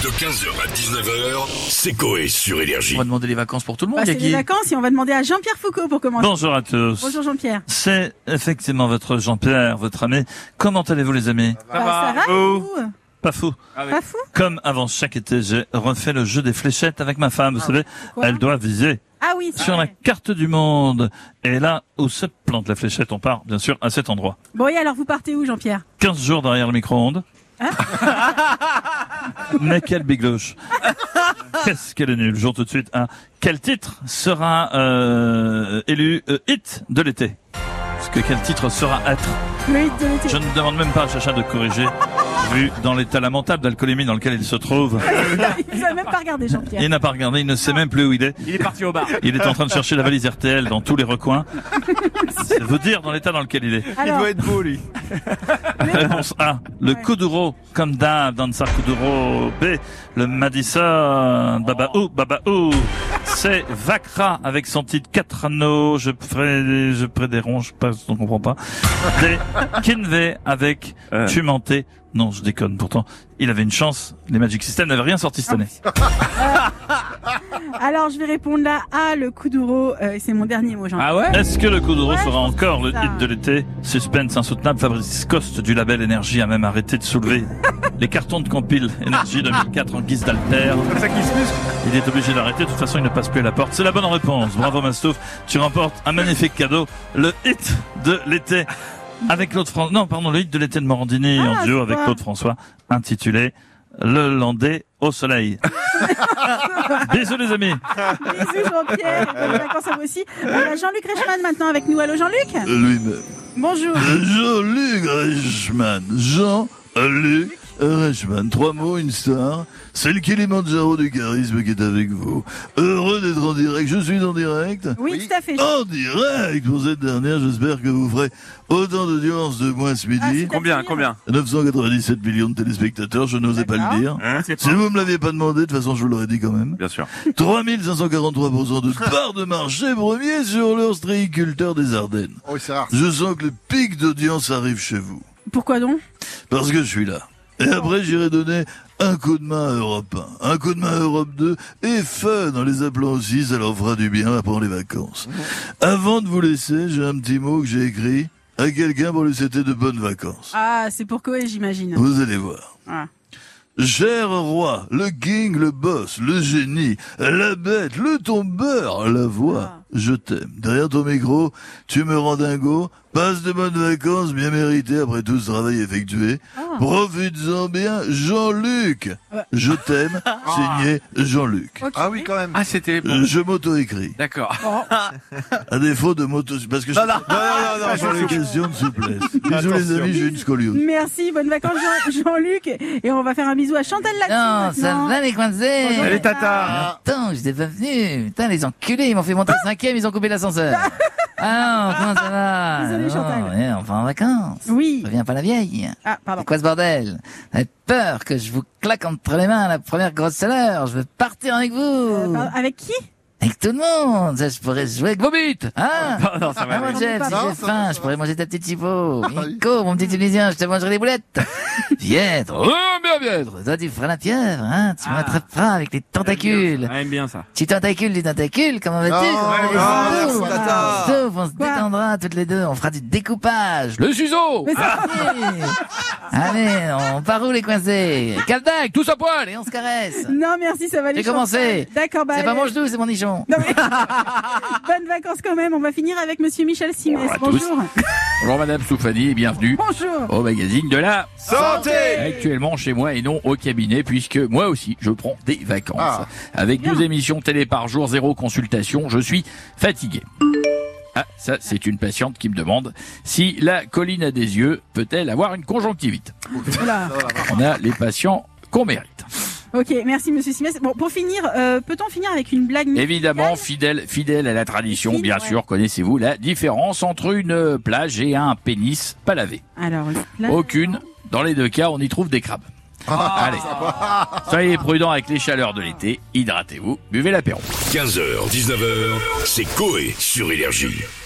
De 15h à 19h, c'est Coé sur Énergie. On va demander les vacances pour tout le monde, C'est les vacances et on va demander à Jean-Pierre Foucault pour commencer. Bonjour à tous. Bonjour Jean-Pierre. C'est effectivement votre Jean-Pierre, votre ami. Comment allez-vous les amis? Ça va et vous Pas fou. Pas fou? Comme avant chaque été, j'ai refait le jeu des fléchettes avec ma femme. Vous savez, Quoi elle doit viser Ah oui, c'est sur la vrai. carte du monde. Et là où se plante la fléchette, on part bien sûr à cet endroit. Bon et alors vous partez où Jean-Pierre? 15 jours derrière le micro-ondes. Mais quelle bigloche. Qu'est-ce qu'elle est nulle. Jour tout de suite. Quel titre sera élu hit de l'été? Parce que quel titre sera être? Le hit de l'été. Je ne demande même pas à Chacha de corriger, vu dans l'état lamentable d'alcoolémie dans lequel il se trouve. Il n'a même pas regardé Jean-Pierre. Il n'a pas regardé, il ne sait même plus où il est. Il est parti au bar. Il est en train de chercher la valise RTL dans tous les recoins. C'est vous dire dans l'état dans lequel il est. Alors, Il doit être beau, lui. Réponse A, le Kuduro, comme d'hab dans sa Kuduro. B, le Madison, Babaou. C, Vakra avec son titre 4 anneaux, je ferai des ronds, je passe, on comprend pas. D, Kinvey avec Tu mentais. Non, je déconne, pourtant, il avait une chance. Les Magic System n'avaient rien sorti cette année. alors je vais répondre là A, le Kuduro. C'est mon dernier mot Jean-Pierre. Ah ouais? Est-ce que le Kuduro Ouais, sera encore le ça. hit de l'été? Suspense insoutenable, Fabrice Coste du label Énergie a même arrêté de soulever les cartons de compile Énergie 2004 en guise d'alter. Comme ça qu'il se muscle. Il est obligé d'arrêter, de toute façon il ne passe plus à la porte. C'est la bonne réponse. Bravo Mastouf, tu remportes un magnifique cadeau, le hit de l'été avec Claude François. Non, pardon, le hit de l'été de Morandini en duo c'est avec quoi Claude François, intitulé Le Landais au soleil. Bisous les amis. Bisous Jean-Pierre. Bonnes vacances à vous aussi. On a Jean-Luc Reichmann maintenant avec nous. Allô Jean-Luc? Lui-même. Bonjour. Jean-Luc Reichmann. Jean-Luc Reichmann. 3 mots, une star. C'est le Kilimanjaro du charisme qui est avec vous. Heureux d'être en direct. Je suis en direct. Oui, tout à fait. En direct pour cette dernière. J'espère que vous ferez autant d'audience de moi ce midi. c'est Combien? 997 millions de téléspectateurs, je n'osais pas le dire. Hein? Si vous me l'aviez pas demandé, de toute façon je vous l'aurais dit quand même. Bien sûr. 3543% de part de marché, premier sur l'ostréiculteur des Ardennes. Oh, c'est rare. Je sens que le pic d'audience arrive chez vous. Pourquoi donc? Parce que je suis là. Et après, j'irai donner un coup de main à Europe 1, un coup de main à Europe 2, et Fun, en les appelant aussi, ça leur fera du bien pendant les vacances. Avant de vous laisser, j'ai un petit mot que j'ai écrit à quelqu'un pour lui souhaiter de bonnes vacances. Ah, c'est pour Coé j'imagine. Vous allez voir. Ah. Cher roi, le king, le boss, le génie, la bête, le tombeur, la voix, je t'aime. Derrière ton micro, tu me rends dingo, passe de bonnes vacances bien méritées après tout ce travail effectué. Profites-en bien, Jean-Luc. Je t'aime, signé Jean-Luc. Ok. Ah oui, quand même. Ah, c'était bon. Je m'auto-écris. D'accord. À défaut de m'auto... Parce que Non, sur les questions de souplesse. Bisous les amis, j'ai une scoliose. Merci, bonnes vacances Jean-Luc. Et on va faire un bisou à Chantal Latsou Non, ça maintenant. va les coincés. Bonjour, Salut, Tata. Attends, j'étais pas venu. Putain, les enculés, ils m'ont fait monter le 5e, ils ont coupé l'ascenseur. Ah non, comment ça va? Désolé, Non, Chantal. ouais, on va en vacances. Oui. Reviens pas la vieille. Ah, pardon. C'est quoi ce bordel? J'avais peur que je vous claque entre les mains la première grosse chaleur. Je veux partir avec vous. Avec qui? Avec tout le monde. Ça, je pourrais jouer avec vos buts. Hein? Non, ça va Ah, moi, aller. Jeff, Non, si ça j'ai va, faim, je pourrais manger ta petite chipot. oui. Nico, mon petit Tunisien, je te mangerai les boulettes. Piètre, oh, bien piètre. Toi, tu feras la pieuvre, hein. Tu m'attraperas avec les tentacules. On aime bien ça. Tu tentacules du tentacule, comment vas-tu? Non, merci, Tata. Sauf, on se Quoi détendra toutes les deux, on fera du découpage. Le ciseau! Mais ça- Allez, on part où les coincés? Caldac, tous à poil, et on se caresse. Non, merci, ça va aller. J'ai commencé. D'accord, bah. C'est pas mon genou, c'est mon nichon. Non, mais... Bonnes vacances quand même. On va finir avec monsieur Michel Simès. Bonjour à tous. Bonjour. Bonjour Madame Soufani et bienvenue Bonjour. au magazine de la Santé. Actuellement chez moi et non au cabinet puisque moi aussi je prends des vacances. Ah. Avec Bien. 12 émissions télé par jour, 0 consultation, je suis fatigué. Ah, ça c'est une patiente qui me demande si la colline a des yeux, peut-elle avoir une conjonctivite? Voilà. On a les patients qu'on mérite. Ok, merci monsieur Simès. Bon, pour finir, peut-on finir avec une blague musicale? Évidemment, fidèle à la tradition, Fidèle, bien ouais. sûr, connaissez-vous la différence entre une plage et un pénis pas lavé? Alors, là, Aucune. Dans les deux cas, on y trouve des crabes. Allez, soyez prudents avec les chaleurs de l'été, hydratez-vous, buvez l'apéro. 15h, 19h, c'est Coé sur Énergie.